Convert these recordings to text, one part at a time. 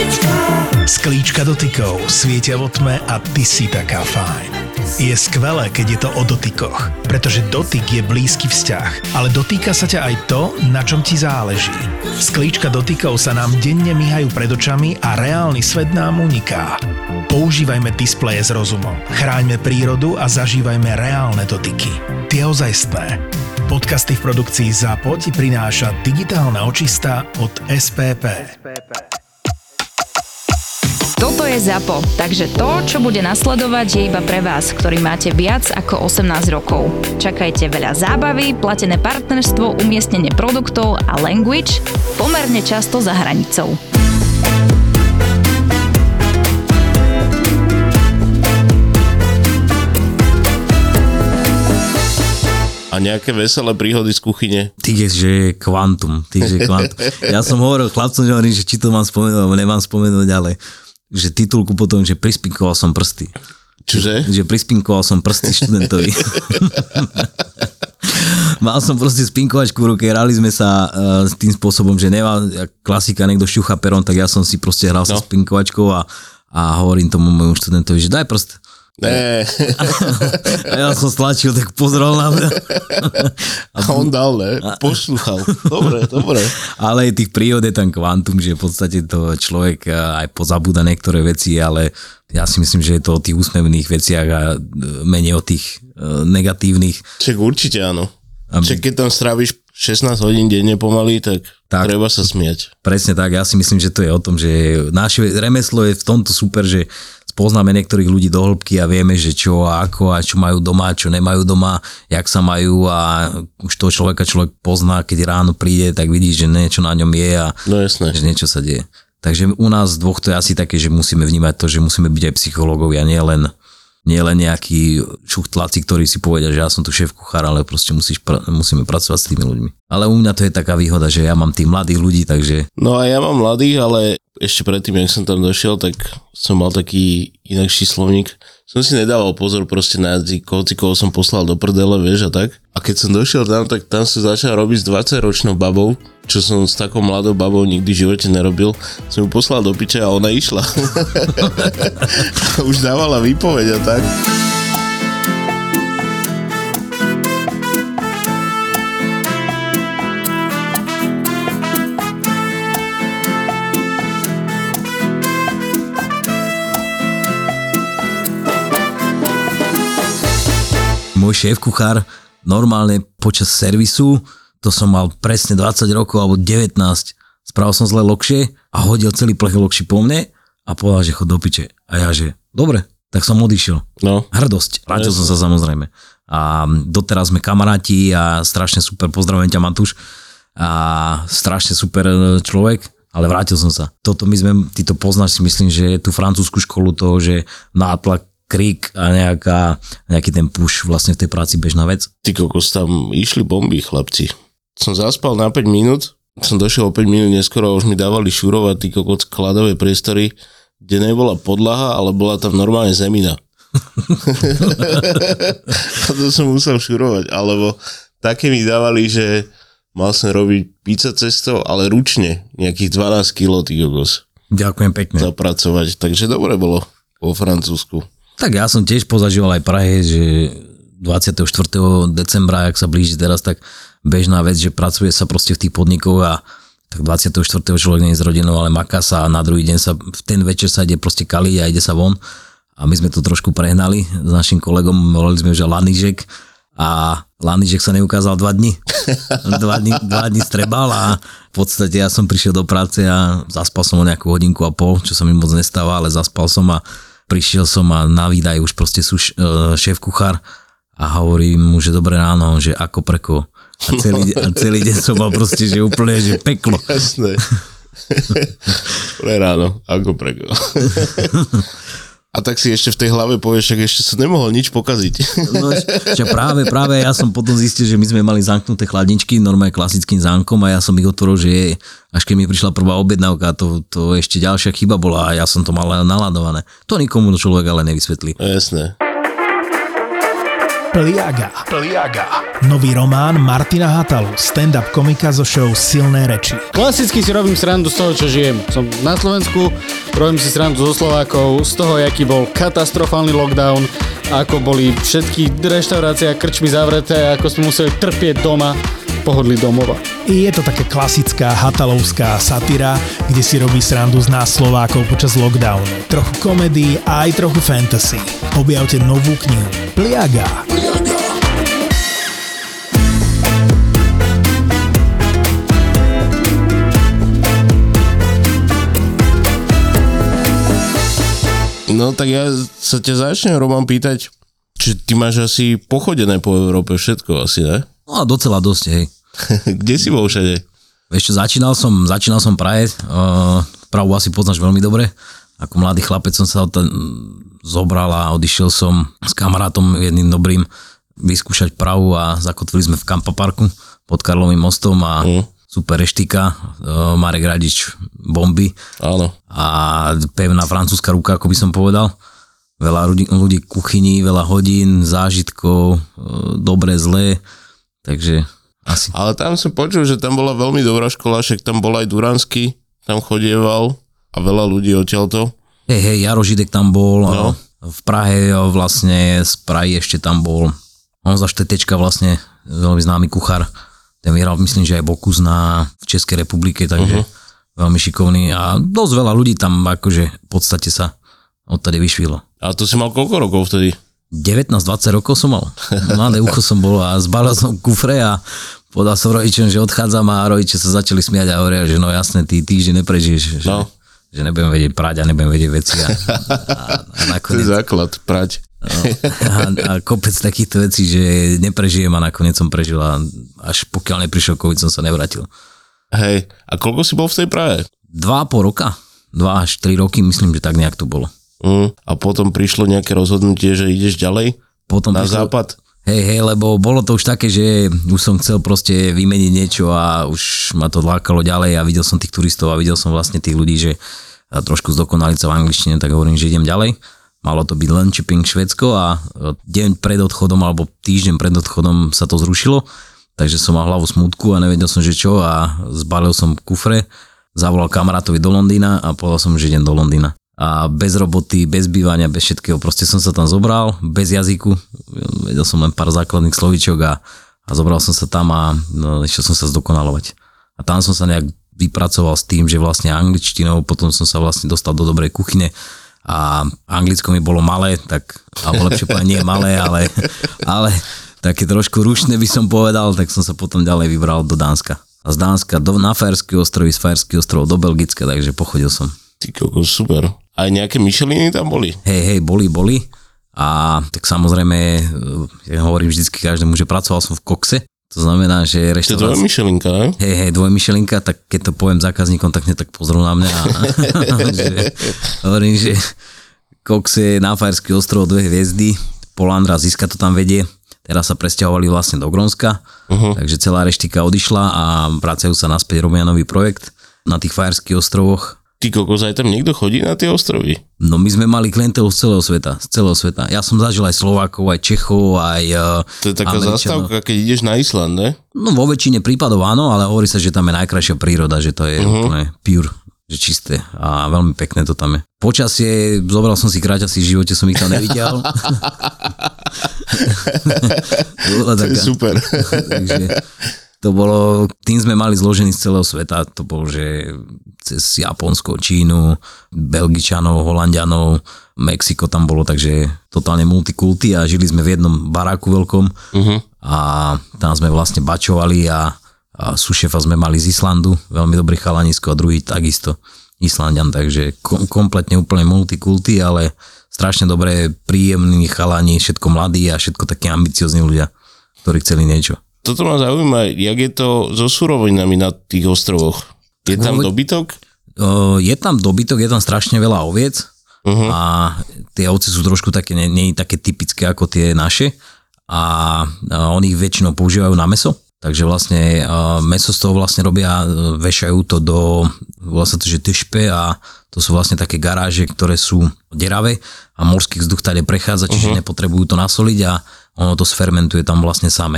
Sklíčka dotykov svietia vo tme a ty si taká fajn. Je skvelé, keď je to o dotykoch, pretože dotyk je blízky vzťah, ale dotýka sa ťa aj to, na čom ti záleží. Sklíčka dotykov sa nám denne myhajú pred očami a reálny svet nám uniká. Používajme displeje s rozumom, chráňme prírodu a zažívajme reálne dotyky. Tie ozajstné. Podcasty v produkcii ZAPO ti prináša digitálna očista od SPP. Toto je ZAPO, takže to, čo bude nasledovať, je iba pre vás, ktorý máte viac ako 18 rokov. Čakajte veľa zábavy, platené partnerstvo, umiestnenie produktov a language pomerne často za hranicou. A nejaké veselé príhody z kuchyne? Že kvantum. Ja som hovoril chlapcom, že či to mám spomenúť, alebo nemám spomenúť, ale že titulku potom, že prispinkoval som prsty. Čože? Že prispinkoval som prsty študentovi. Mal som proste spinkovačku v ruke, hrali sme sa s tým spôsobom, že nemá klasika, niekto šťucha perom, tak ja som si proste hral sa spinkovačkou a hovorím tomu môjmu študentovi, že daj prst. Ne. A ja som stlačil, tak pozrel na mňa. A on dal, ne? Poslúchal. Dobre. Ale tých príhod je tam kvantum, že v podstate to človek aj pozabúda niektoré veci, ale ja si myslím, že je to o tých úsmevných veciach a menej o tých negatívnych. Čak určite áno. Čak keď tam stráviš 16 hodín denne pomaly, tak treba sa smiať. Presne tak, ja si myslím, že to je o tom, že naše remeslo je v tomto super, že poznáme niektorých ľudí do hĺbky a vieme, že čo a ako a čo majú doma, čo nemajú doma, jak sa majú a už toho človek pozná, keď ráno príde, tak vidí, že niečo na ňom je a že niečo sa deje. Takže u nás dvoch to je asi také, že musíme vnímať to, že musíme byť aj psychológovia, nie len nejakí šuchtláci, ktorí si povedia, že ja som tu šéf kuchár, ale proste musíme pracovať s tými ľuďmi. Ale u mňa to je taká výhoda, že ja mám tých mladých ľudí, takže... No a ja mám mladých, ale ešte predtým, jak som tam došiel, tak som mal taký inakší slovník. Som si nedával pozor proste na jazyk, koho som poslal do prdele, vieš, a tak. A keď som došiel tam, tak tam som začal robiť s 20-ročnou babou, čo som s takou mladou babou nikdy v živote nerobil. Som ju poslal do piče a ona išla. Už dávala výpoveď a tak. Môj šéf-kuchár normálne počas servisu, to som mal presne 20 rokov alebo 19, spravil som zle lokšie a hodil celý plech lokší po mne a povedal, že chod do piče. A ja, že dobre, tak som odišiel. No. Hrdosť. Vrátil som sa samozrejme. A doteraz sme kamaráti a strašne super, pozdravujem ťa Matúš. A strašne super človek, ale vrátil som sa. Ty to poznáš, si myslím, že tú francúzsku školu toho, že nátlak, krik a nejaký ten push vlastne v tej práci bežná vec. Ty kokos, tam išli bomby, chlapci. Som zaspal na 5 minút, som došiel o 5 minút neskoro a už mi dávali šurovať ty kokos kladové priestory, kde nebola podlaha, ale bola tam normálne zemina. A to som musel šurovať, alebo také mi dávali, že mal som robiť pizza cesto, ale ručne, nejakých 12 kg, ty kokos. Ďakujem pekne. Zapracovať, takže dobre bolo po Francúzsku. Tak ja som tiež pozažíval aj Prahe, že 24. decembra, ak sa blíži teraz, tak bežná vec, že pracuje sa proste v tých podnikoch a tak 24. človek nie je s rodinou, ale maká sa a na druhý deň sa, v ten večer sa ide proste kaliť a ide sa von. A my sme to trošku prehnali s našim kolegom, volali sme už Lanižek a Lanižek sa neukázal 2 dni. 2 dni strebal a v podstate ja som prišiel do práce a zaspal som o nejakú hodinku a pol, čo sa mi moc nestáva, ale zaspal som a prišiel som a na výdaj už proste sú šéf kuchár a hovorím mu, že dobré ráno, že ako preko. A celý deň som mal proste, že úplne, že peklo. Jasné. Dobré ráno, ako preko. A tak si ešte v tej hlave povieš, že ešte som nemohol nič pokaziť. No, práve ja som potom zistil, že my sme mali zamknuté chladničky, normálne klasickým zámkom a ja som ich otvoril, že až keď mi prišla prvá objednávka, to ešte ďalšia chyba bola a ja som to mal naladované. To nikomu človek ale nevysvetlí. Jasné. Pliaga. Nový román Martina Hatalu, stand-up komika zo show Silné reči. Klasicky si robím srandu z toho, čo žijem. Som na Slovensku, robím si srandu zo Slovákov, z toho, aký bol katastrofálny lockdown, ako boli všetky reštaurácie a krčmy zavreté, ako sme museli trpieť doma, pohodlí domova. Je to taká klasická hatalovská satyra, kde si robí srandu z nás Slovákov počas lockdownu. Trochu komedii a aj trochu fantasy. Objavte novú knihu Pliaga. No tak ja sa ťa začnem, Roman, pýtať, či ty máš asi pochodené po Európe všetko asi, ne? No a docela dosť, hej. Kde si bol všade? Vieš čo, začínal som Prahe, Prahu asi poznáš veľmi dobre. Ako mladý chlapec som sa zobral a odišiel som s kamarátom jedným dobrým vyskúšať Prahu a zakotvili sme v Kampa Parku pod Karlovým mostom a super reštika, Marek Radič bomby. Áno. A pevná francúzska ruka, ako by som povedal. Veľa ľudí v kuchyni, veľa hodín, zážitkov, dobré, zlé, takže asi. Ale tam som počul, že tam bola veľmi dobrá škola, však tam bol aj Duransky, tam chodieval a veľa ľudí odtiaľto. Hej, Jaro Židek tam bol, no. V Prahe vlastne, z Prahy ešte tam bol Honza Štetečka vlastne, veľmi známy kuchár. Ten vyhral, myslím, že aj Bokus v Českej republike, takže veľmi šikovný a dosť veľa ľudí tam akože v podstate sa odtedy vyšvilo. A to si mal koľko rokov vtedy? 19-20 rokov som mal. Mladé ucho som bol a zbalil som kufre a povedal som rodičom, že odchádzam a rodiče sa začali smiať a hovoria, že no jasné, ty týždeň neprežiješ, že nebudem vedieť prať a nebudem vedieť veci a nakoniec... To je základ, prať. A kopec takýchto vecí, že neprežijem a nakoniec som prežil a až pokiaľ neprišiel COVID, som sa nevrátil. Hej, a koľko si bol v tej Prahe? 2,5 roka. 2 až 3 roky, myslím, že tak nejak to bolo. A potom prišlo nejaké rozhodnutie, že ideš ďalej? Potom na západ? Hej, lebo bolo to už také, že už som chcel proste vymeniť niečo a už ma to lákalo ďalej a videl som tých turistov a videl som vlastne tých ľudí, že trošku zdokonaliť sa v angličtine, tak hovorím, že idem ďalej. Malo to byť Linköping, Švédsko a deň pred odchodom alebo týždeň pred odchodom sa to zrušilo, takže som mal hlavu smútku a nevedel som, že čo a zbalil som kufre, zavolal kamarátovi do Londýna a povedal som, že idem do Londýna. A bez roboty, bez bývania, bez všetkého, proste som sa tam zobral, bez jazyku, vedel som len pár základných slovíčok a zobral som sa tam a išiel som sa zdokonalovať. A tam som sa nejak vypracoval s tým, že vlastne angličtinou, potom som sa vlastne dostal do dobrej kuchyne a anglicko mi bolo malé, tak, alebo lepšie povedať nie malé, ale také trošku rušné by som povedal, tak som sa potom ďalej vybral do Dánska. A z Dánska na Faerské ostrovy, z Faerských ostrovov do Belgicka, takže pochodil som. Ty kokos, super. Aj nejaké Micheliny tam boli? Hej, boli. A tak samozrejme, ja hovorím vždycky každému, že pracoval som v Coxe. To znamená, že reštaurácia... To je dvojmyšelinka, ne? Hej, dvojmyšelinka, tak keď to poviem zákazníkom, tak tak pozrú na mňa. Hovorím, že Coxe na Faerských ostrovoch 2 hviezdy, Polandra Ziska to tam vedie. Teraz sa presťahovali vlastne do Grónska, takže celá reštika odišla a vracajú sa naspäť, robia nový projekt na tých Faerských ostrovoch. Ty kokos, aj tam niekto chodí na tie ostrovy? No my sme mali klientelu z celého sveta. Ja som zažil aj Slovákov, aj Čechov, aj To je taká zastávka, keď ideš na Island, ne? No vo väčšine prípadov áno, ale hovorí sa, že tam je najkrajšia príroda, že to je úplne pure, že čisté a veľmi pekné to tam je. Počasie, zobral som si kráťasy, v živote som ich tam nevidel. To je super. Takže to bolo, tým sme mali zložený z celého sveta, to bolo, že cez Japonsko, Čínu, Belgičanov, Holandianov, Mexiko tam bolo, takže totálne multikulty a žili sme v jednom baráku veľkom a tam sme vlastne bačovali a sušefa sme mali z Islandu, veľmi dobrý chalanisko a druhý takisto Islandian, takže kompletne úplne multikulty, ale strašne dobré, príjemní chalani, všetko mladí a všetko takí ambiciozní ľudia, ktorí chceli niečo. Toto ma zaujíma, jak je to so surovinami na tých ostrovoch? Je tam dobytok? Je tam dobytok, je tam strašne veľa oviec a tie ovce sú trošku také, nie také typické ako tie naše a oni ich väčšinou používajú na mäso. Takže vlastne mäso z toho vlastne robia, vešajú to do vlastne to, že tyšpe a to sú vlastne také garáže, ktoré sú deravé a morský vzduch tady prechádza, čiže nepotrebujú to nasoliť a ono to sfermentuje tam vlastne same.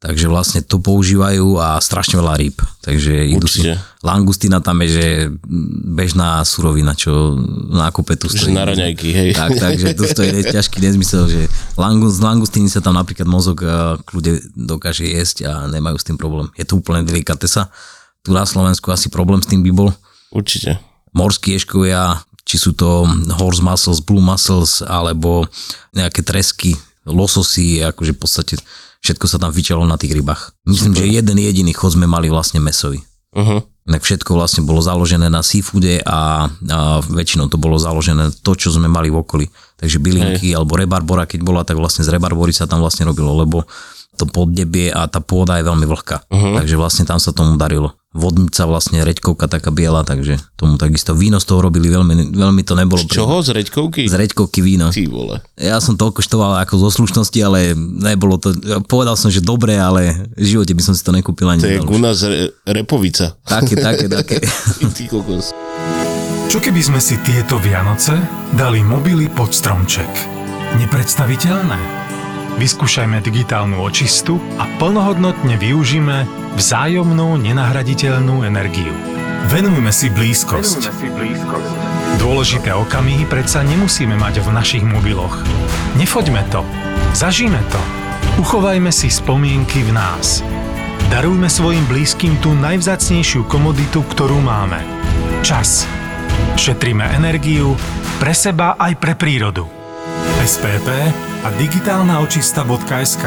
takže vlastne to používajú a strašne veľa rýb. Takže idú si, langustina tam je, že bežná surovina, čo na kope tu stojí. Na raňajky, hej. Tak, takže to stojí ťažký nezmysel, že z langustiny sa tam napríklad mozog kľude dokáže jesť a nemajú s tým problém. Je to úplne delikatesa. Tu na Slovensku asi problém s tým by bol. Určite. Morskí ješkovia, či sú to horse mussels, blue mussels, alebo nejaké tresky, lososy, akože v podstate všetko sa tam vyčalo na tých rybách. Myslím, že jeden jediný chod sme mali vlastne mäsový. Inak všetko vlastne bolo založené na seafoode a väčšinou to bolo založené to, čo sme mali v okolí. Takže bylinky alebo rebarbora, keď bola, tak vlastne z rebarbory sa tam vlastne robilo, lebo to poddebie a tá pôda je veľmi vlhká. Takže vlastne tam sa tomu darilo. Vodnica vlastne, reďkovka taká biela, takže tomu takisto víno z toho robili, veľmi to nebolo. Z čoho? Z reďkovky? Z reďkovky víno. Ty vole. Ja som to koštoval ako zo slušnosti, ale nebolo to, povedal som, že dobre, ale v živote by som si to nekúpil ani. To je u nás repovica. Také. Ty kokos. Čo keby sme si tieto Vianoce dali mobily pod stromček? Nepredstaviteľné? Vyskúšajme digitálnu očistu a plnohodnotne využíme vzájomnú nenahraditeľnú energiu. Venujme si blízkosť. Dôležité okamihy predsa nemusíme mať v našich mobiloch. Nefoďme to. Zažíme to. Uchovajme si spomienky v nás. Darujme svojim blízkym tú najvzácnejšiu komoditu, ktorú máme. Čas. Šetríme energiu pre seba aj pre prírodu. SPP a digitálna očista.sk.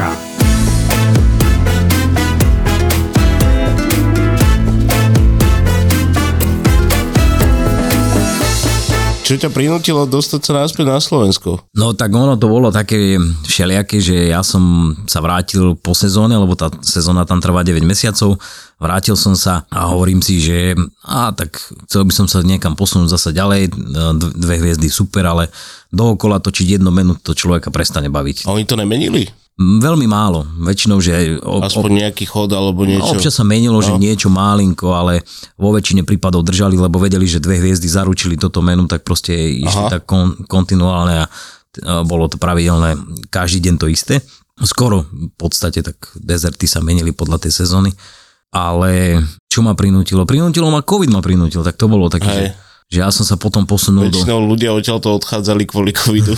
Čo ťa prinútilo dostať sa naspäť na Slovensko? No tak ono to bolo také všelijaké, že ja som sa vrátil po sezóne, lebo tá sezóna tam trvá 9 mesiacov. Vrátil som sa a hovorím si, že tak chcel by som sa niekam posunúť zasa ďalej, 2 hviezdy super, ale dookola točiť jedno menu to človeka prestane baviť. A oni to nemenili? Veľmi málo, väčšinou, že... Aspoň nejaký chod alebo niečo? Občas sa menilo, že niečo málinko, ale vo väčšine prípadov držali, lebo vedeli, že 2 hviezdy zaručili toto menu, tak proste išli tak kontinuálne a bolo to pravidelné každý deň to isté. Skoro v podstate tak dezerty sa menili podľa tej sezóny, ale čo ma prinútilo? Prinútilo ma COVID, tak to bolo také, že ja som sa potom posunul väčšinou ľudia odtiaľto odchádzali kvôli covidu.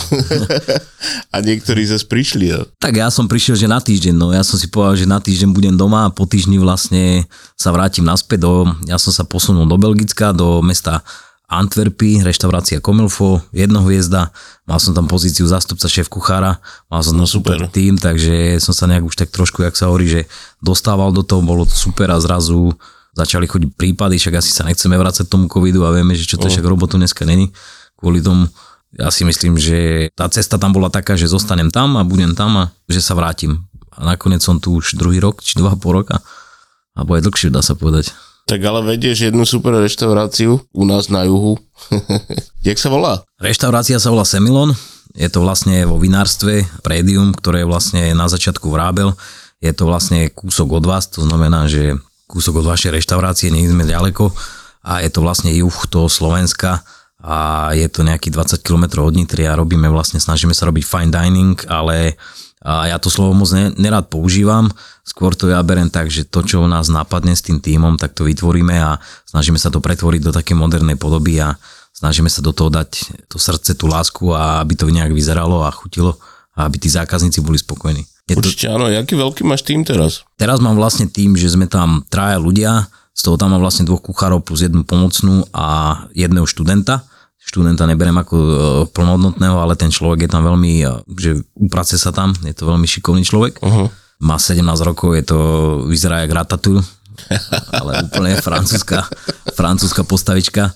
A niektorí zase prišli. Ja. Tak ja som prišiel, že na týždeň, ja som si povedal, že na týždeň budem doma a po týždni vlastne sa vrátim naspäť ja som sa posunul do Belgicka, do mesta Antwerpy, reštaurácia Comilfo, 1 hviezda, mal som tam pozíciu zástupca šéf kuchára, mal som tam super tým, takže som sa nejak už tak trošku, jak sa hovorí, že dostával do toho, bolo to super a zrazu začali chodiť prípady, však asi sa nechceme vrácať tomu covidu a vieme, že čo to však robotu dneska není. Kvôli tomu ja si myslím, že tá cesta tam bola taká, že zostanem tam a budem tam a že sa vrátim. A nakoniec som tu už 2 rok, či 2,5 roka. Alebo aj dlhšie, dá sa povedať. Tak ale vedieš jednu super reštauráciu u nás na juhu. Jak sa volá? Reštaurácia sa volá Semillon. Je to vlastne vo vinárstve Prédium, ktoré je vlastne na začiatku Vrábel. Je to vlastne kúsok od vás, to znamená, že kúsok od vašej reštaurácie, nie sme ďaleko a je to vlastne juh toho Slovenska a je to nejakých 20 km od Nitry a snažíme sa robiť fine dining, ale ja to slovo moc nerád používam, skôr to ja beriem tak, že to, čo nás napadne s tým tímom, tak to vytvoríme a snažíme sa to pretvoriť do také modernej podoby a snažíme sa do toho dať to srdce, tú lásku a aby to nejak vyzeralo a chutilo a aby tí zákazníci boli spokojní. Určite áno, jaký veľký máš tým teraz? Teraz mám vlastne tým, že sme tam 3 ľudia, z toho tam mám vlastne 2 kuchárov plus 1 pomocnú a 1 študenta. Študenta neberiem ako plnohodnotného, ale ten človek je tam veľmi, že uprace sa tam, je to veľmi šikovný človek. Má 17 rokov, vyzerá jak Ratatouille, ale úplne francúzska postavička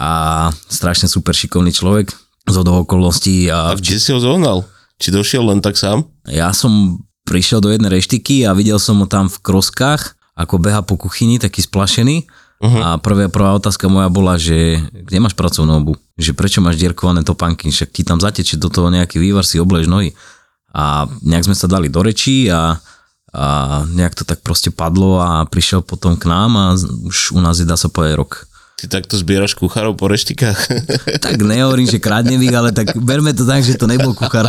a strašne super šikovný človek zhodou okolností. A kde si ho zohnal? Či došiel len tak sám? Ja som prišiel do jednej reštiky a videl som ho tam v kroskách, ako beha po kuchyni, taký splašený. A prvá otázka moja bola, že kde máš pracovnú obuv? Že prečo máš dierkované topánky? Však ti tam zatečie do toho nejaký vývar, si oblež nohy. A nejak sme sa dali do rečí a nejak to tak proste padlo a prišiel potom k nám a už u nás je, dá sa povedať, rok. Ty takto zbieraš kuchárov po reštikách? Tak nehovorím, že kradnem ich, ale tak berme to tak, že to nebol kuchár.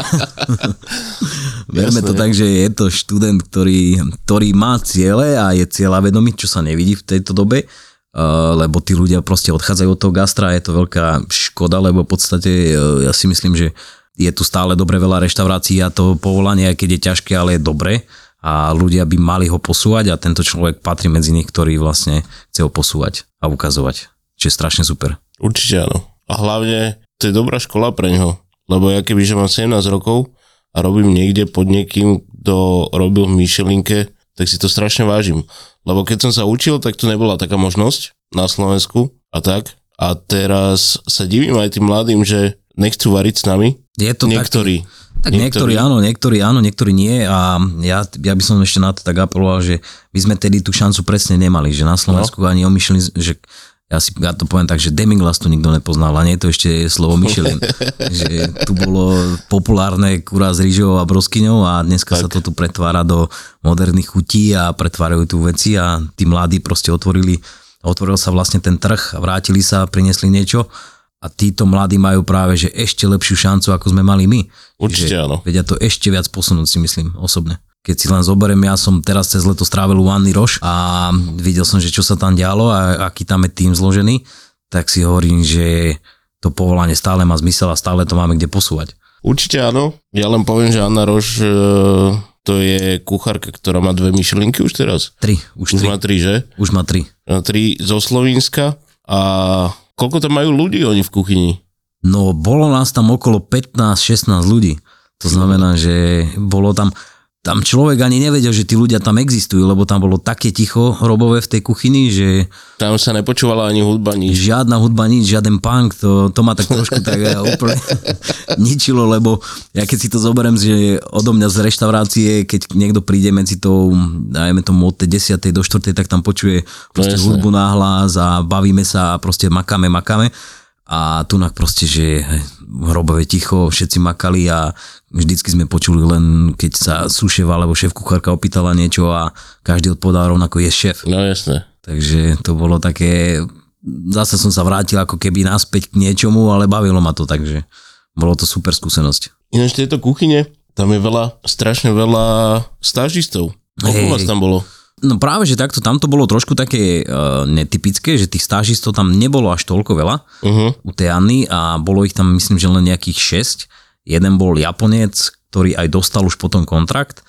Berme to tak, že je to študent, ktorý má ciele a je cieľavedomý, čo sa nevidí v tejto dobe, lebo tí ľudia proste odchádzajú od toho gastra a je to veľká škoda, lebo v podstate ja si myslím, že je tu stále dobre veľa reštaurácií a to povolanie, aj keď je ťažké, ale je dobre a ľudia by mali ho posúvať a tento človek patrí medzi nich, ktorý vlastne chce ho posúvať a ukazovať. Čo je strašne super. Určite áno. A hlavne to je dobrá škola pre ňoho. Lebo ja kebyže mám 17 rokov a robím niekde pod niekým, kto robil v Michelinke, tak si to strašne vážim. Lebo keď som sa učil, tak tu nebola taká možnosť na Slovensku a tak. A teraz sa divím aj tým mladým, že nechcú variť s nami. Je to niektorí. Tak niektorí áno, niektorí nie a ja by som ešte na to tak apeloval, že my sme tedy tú šancu presne nemali, že na Slovensku ani omyšleli, že ja to poviem tak, že Demiglas tu nikto nepoznal a nie je to ešte slovo Michelin. Že tu bolo populárne kurá s rýžou a broskyňou a dneska tak sa to tu pretvára do moderných chutí a pretvárajú tu veci a tí mladí proste otvoril sa vlastne ten trh a vrátili sa, priniesli niečo a títo mladí majú práve že ešte lepšiu šancu, ako sme mali my. Určite áno. Vedia to ešte viac posunúť, si myslím, osobne. Keď si len zoberiem, ja som teraz cez leto strávil u Anny Roš a videl som, že čo sa tam dialo a aký tam je tým zložený, tak si hovorím, že to povolanie stále má zmysel a stále to máme kde posúvať. Určite áno. Ja len poviem, že Anna Roš to je kuchárka, ktorá má 2 Michelinky už teraz. 3. Už má 3, že? Už má 3. 3 zo Slovenska a koľko tam majú ľudí oni v kuchyni? No, bolo nás tam okolo 15-16 ľudí. To znamená, že bolo tam človek ani nevedel, že tí ľudia tam existujú, lebo tam bolo také ticho robové v tej kuchyni, že tam sa nepočúvala ani hudba, nič. Žiadna hudba, nič, žiaden punk, to ma tak trošku tak úplne ničilo, lebo ja keď si to zoberiem, že odo mňa z reštaurácie, keď niekto príde medzi tou, dajme tomu od tej 10. do 4. tak tam počuje proste hudbu nahlas a bavíme sa a proste makáme. A tunak proste, že hrobové ticho, všetci makali a vždycky sme počuli len, keď sa šéf alebo šéf kuchárka opýtala niečo a každý odpovedal rovnako je šéf. No jasné. Takže to bolo také, zase som sa vrátil ako keby naspäť k niečomu, ale bavilo ma to, takže bolo to super skúsenosť. Ináč v tejto kuchyne, tam je strašne veľa stážistov. Koľko vás tam bolo? No práve, že takto, tamto bolo trošku také netypické, že tých stážistov tam nebolo až toľko veľa u tej Anny a bolo ich tam myslím, že len nejakých 6. Jeden bol Japonec, ktorý aj dostal už potom kontrakt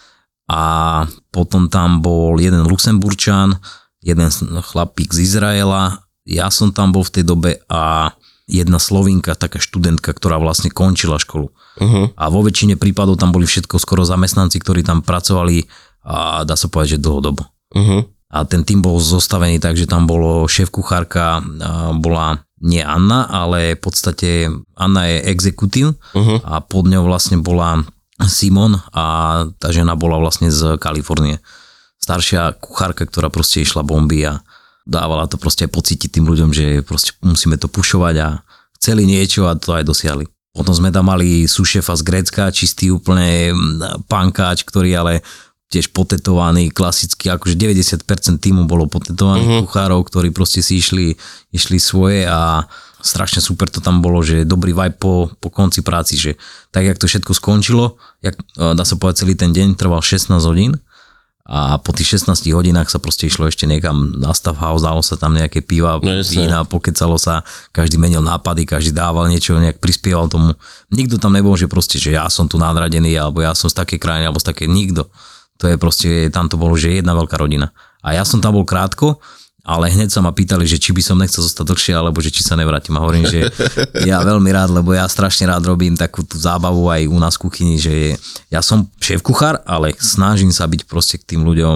a potom tam bol jeden Luxemburčan, jeden chlapík z Izraela, ja som tam bol v tej dobe a jedna Slovinka, taká študentka, ktorá vlastne končila školu. A vo väčšine prípadov tam boli všetko skoro zamestnanci, ktorí tam pracovali a dá sa povedať, že dlhodobo. A ten tým bol zostavený tak, že tam bolo šéf-kuchárka, bola nie Anna, ale v podstate Anna je exekutív a pod ňou vlastne bola Simon a tá žena bola vlastne z Kalifornie. Staršia kuchárka, ktorá proste išla bomby a dávala to proste aj pocítiť tým ľuďom, že proste musíme to pušovať a chceli niečo a to aj dosiahli. Potom sme tam mali súšefa z Grécka, čistý úplne pankáč, ktorý ale tiež potetovaný, klasicky, akože 90% týmu bolo potetovaných kuchárov, ktorí proste si išli svoje a strašne super to tam bolo, že dobrý vibe po konci práci, že tak, jak to všetko skončilo, dá sa povedať, celý ten deň trval 16 hodín a po tých 16 hodinách sa proste išlo ešte niekam na stav house, dalo sa tam nejaké piva, vína, pokecalo sa, každý menil nápady, každý dával niečo, nejak prispieval tomu. Nikto tam nebol, že proste, že ja som tu nadradený, alebo ja som z takej krajiny, alebo z také nikto. To je proste, tam to bolo, že jedna veľká rodina. A ja som tam bol krátko, ale hneď sa ma pýtali, že či by som nechcel zostať dlhšie, alebo že či sa nevrátim. A hovorím, že ja veľmi rád, lebo ja strašne rád robím takú tú zábavu aj u nás v kuchyni, že ja som šéf-kuchár, ale snažím sa byť proste k tým ľuďom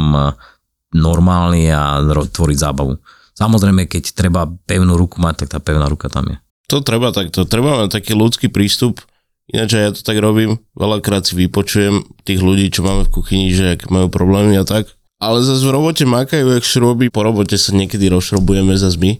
normálny a tvoriť zábavu. Samozrejme, keď treba pevnú ruku mať, tak tá pevná ruka tam je. To treba takto. Treba mať taký ľudský prístup. Ináč ja to tak robím, veľakrát si vypočujem tých ľudí, čo máme v kuchyni, že ak majú problémy a tak. Ale zase v robote makajú, jak šroby, po robote sa niekedy rozšrobujeme zase my.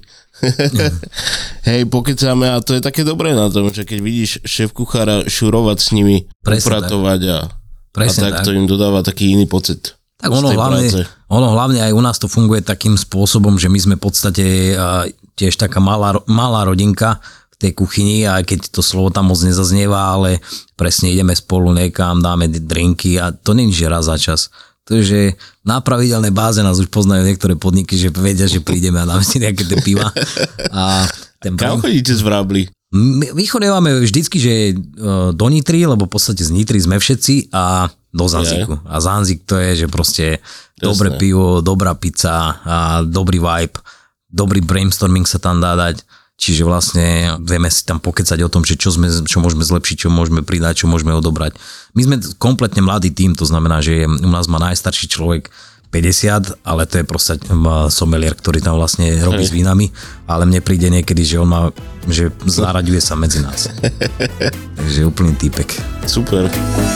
Hej, pokecáme a to je také dobré na tom, že keď vidíš šéf-kuchára šurovať s nimi, upratovať a tak to im dodáva taký iný pocit. Tak ono hlavne aj u nás to funguje takým spôsobom, že my sme v podstate tiež taká malá rodinka v tej kuchyni, aj keď to slovo tam moc nezaznieva, ale presne ideme spolu niekam, dáme drinky a to nie je raz za čas. To je, že na pravidelnej báze nás už poznajú niektoré podniky, že vedia, že prídeme a dáme si nejaké tie piva. Kam chodíte z Vrábli? My chodívame vždycky, že do Nitry, lebo v podstate z Nitry sme všetci a do Zanziku. A Zanzik to je, že proste dobré pivo, dobrá pizza, a dobrý vibe, dobrý brainstorming sa tam dá dať. Čiže vlastne vieme si tam pokecať o tom, že čo môžeme zlepšiť, čo môžeme pridať, čo môžeme odobrať. My sme kompletne mladý tím, to znamená, že u nás má najstarší človek 50, ale to je proste sommelier, ktorý tam vlastne robí s vínami, ale mne príde niekedy, že on že zaraďuje sa medzi nás. Takže úplný týpek. Super.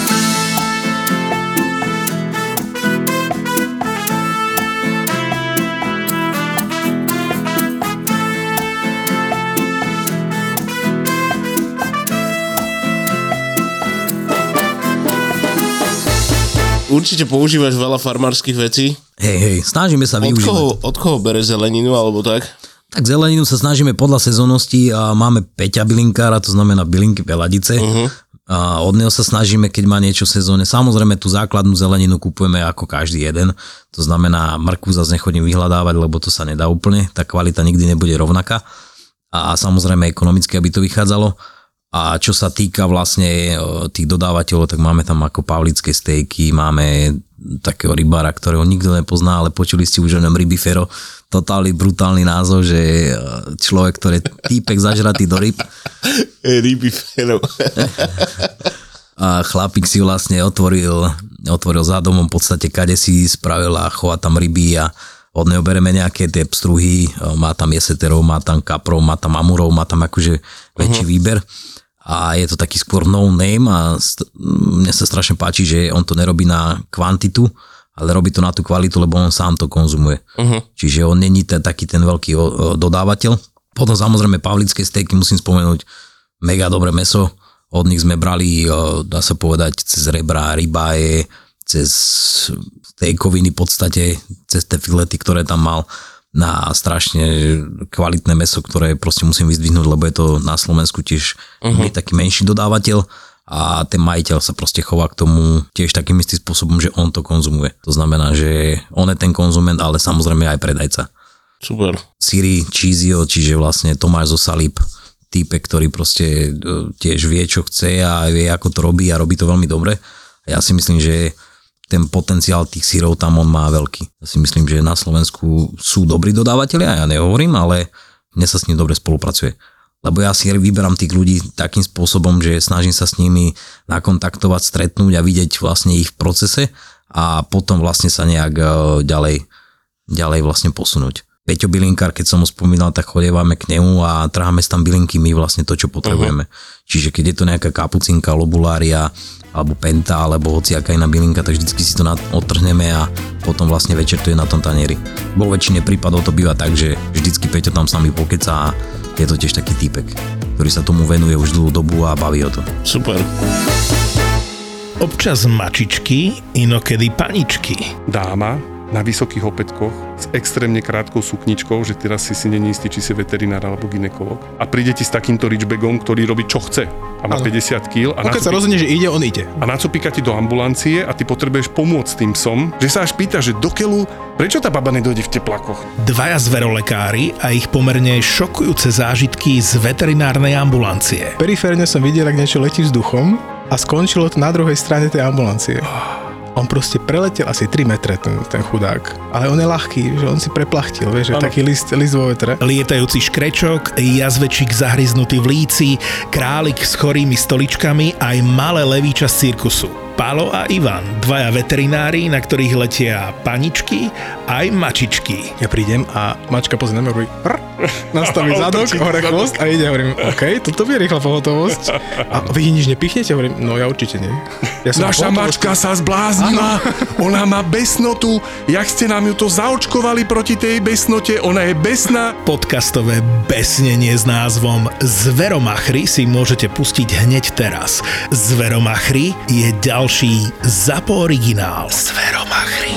Určite používaš veľa farmárskych vecí. Hej, snažíme sa využívať. Od koho bere zeleninu alebo tak? Tak zeleninu sa snažíme podľa sezónnosti a máme Peťa bylinkára, to znamená bylinky peladice. A od neho sa snažíme, keď má niečo v sezóne. Samozrejme tú základnú zeleninu kupujeme ako každý jeden. To znamená, mrkvu zase nechodím vyhľadávať, lebo to sa nedá úplne. Tá kvalita nikdy nebude rovnaká. A samozrejme ekonomicky, aby to vychádzalo. A čo sa týka vlastne tých dodávateľov, tak máme tam ako pavlické stejky, máme takého rybára, ktorého nikto nepozná, ale počuli ste už o ňom Rybifero. Totálny brutálny názov, že človek, ktorý je týpek zažratý do ryb. Rybifero. A chlapík si vlastne otvoril za domom, v podstate kade si spravil a chová tam ryby a od neho bereme nejaké tie pstruhy, má tam jeseterov, má tam kaprov, má tam amurov, má tam akože väčší výber. A je to taký skôr no name a mne sa strašne páči, že on to nerobí na kvantitu, ale robí to na tú kvalitu, lebo on sám to konzumuje. Čiže on není taký ten veľký dodávateľ. Potom samozrejme pavlické stejky musím spomenúť, mega dobré mäso. Od nich sme brali, dá sa povedať, cez rebra, rybáje, cez stejkoviny v podstate, cez tie filety, ktoré tam mal, na strašne kvalitné mäso, ktoré proste musím vyzdvihnúť, lebo je to na Slovensku tiež taký menší dodávateľ a ten majiteľ sa proste chová k tomu tiež takým istým spôsobom, že on to konzumuje. To znamená, že on je ten konzument, ale samozrejme aj predajca. Super. Siri Cheesio, čiže vlastne Tomáš zo Salíb, týpek, ktorý proste tiež vie, čo chce a vie, ako to robí a robí to veľmi dobre. A ja si myslím, že ten potenciál tých syrov tam on má veľký. Ja si myslím, že na Slovensku sú dobrí dodávateľia, ja nehovorím, ale mne sa s ním dobre spolupracuje. Lebo ja si vyberám tých ľudí takým spôsobom, že snažím sa s nimi nakontaktovať, stretnúť a vidieť vlastne ich v procese a potom vlastne sa nejak ďalej vlastne posunúť. Peťo bylinkár, keď som ho spomínal, tak chodievame k nemu a trháme tam bylinky my vlastne to, čo potrebujeme. Čiže keď je to nejaká kapucinka, lobulária, alebo penta, alebo hociaká iná bylinka, tak vždycky si to odtrhneme a potom vlastne večer to je na tom tanieri. Vo väčšine prípadov to býva tak, že vždycky Peťo tam s nami pokecá a je to tiež taký týpek, ktorý sa tomu venuje už dlhú dobu a baví o to. Super. Občas mačičky, inokedy paničky. Dáma na vysokých opätkoch s extrémne krátkou sukničkou, že teraz si není istý, či si veterinár alebo gynekolog. A príde ti s takýmto richbagom, ktorý robí čo chce. A má 50 kg. A keď sa rozhodne, že ide, on ide. A nacopíka ti do ambulancie a ty potrebuješ pomôcť tým psom, že sa až pýta, že do keľu, prečo tá baba nedojde v teplakoch? Dvaja zverolekári a ich pomerne šokujúce zážitky z veterinárnej ambulancie. Periférne som videl, ak niečo letí vzduchom a skončilo to na druhej strane tej ambulancie. On proste preletel asi 3 metre, ten chudák. Ale on je ľahký, že on si preplachtil, vieš, že taký list vo vetre. Lietajúci škrečok, jazvečík zahryznutý v líci, králik s chorými stoličkami aj malé levíča z cirkusu. Pálo a Ivan, dvaja veterinári, na ktorých letia paničky aj mačičky. Ja prídem a mačka pozrie na mňa, hovorí nastaví zadok, hore chvost a ide, hovorím, OK, toto je rýchla pohotovosť. A vy nič nepichnete? Hovorím, no ja určite nie. Ja naša mačka sa zbláznila, ona má besnotu, jak ste nám ju to zaočkovali proti tej besnote, ona je besná. Podcastové besnenie s názvom Zveromachry si môžete pustiť hneď teraz. Zveromachry je ďalší ZAPO originál. Zveromachry.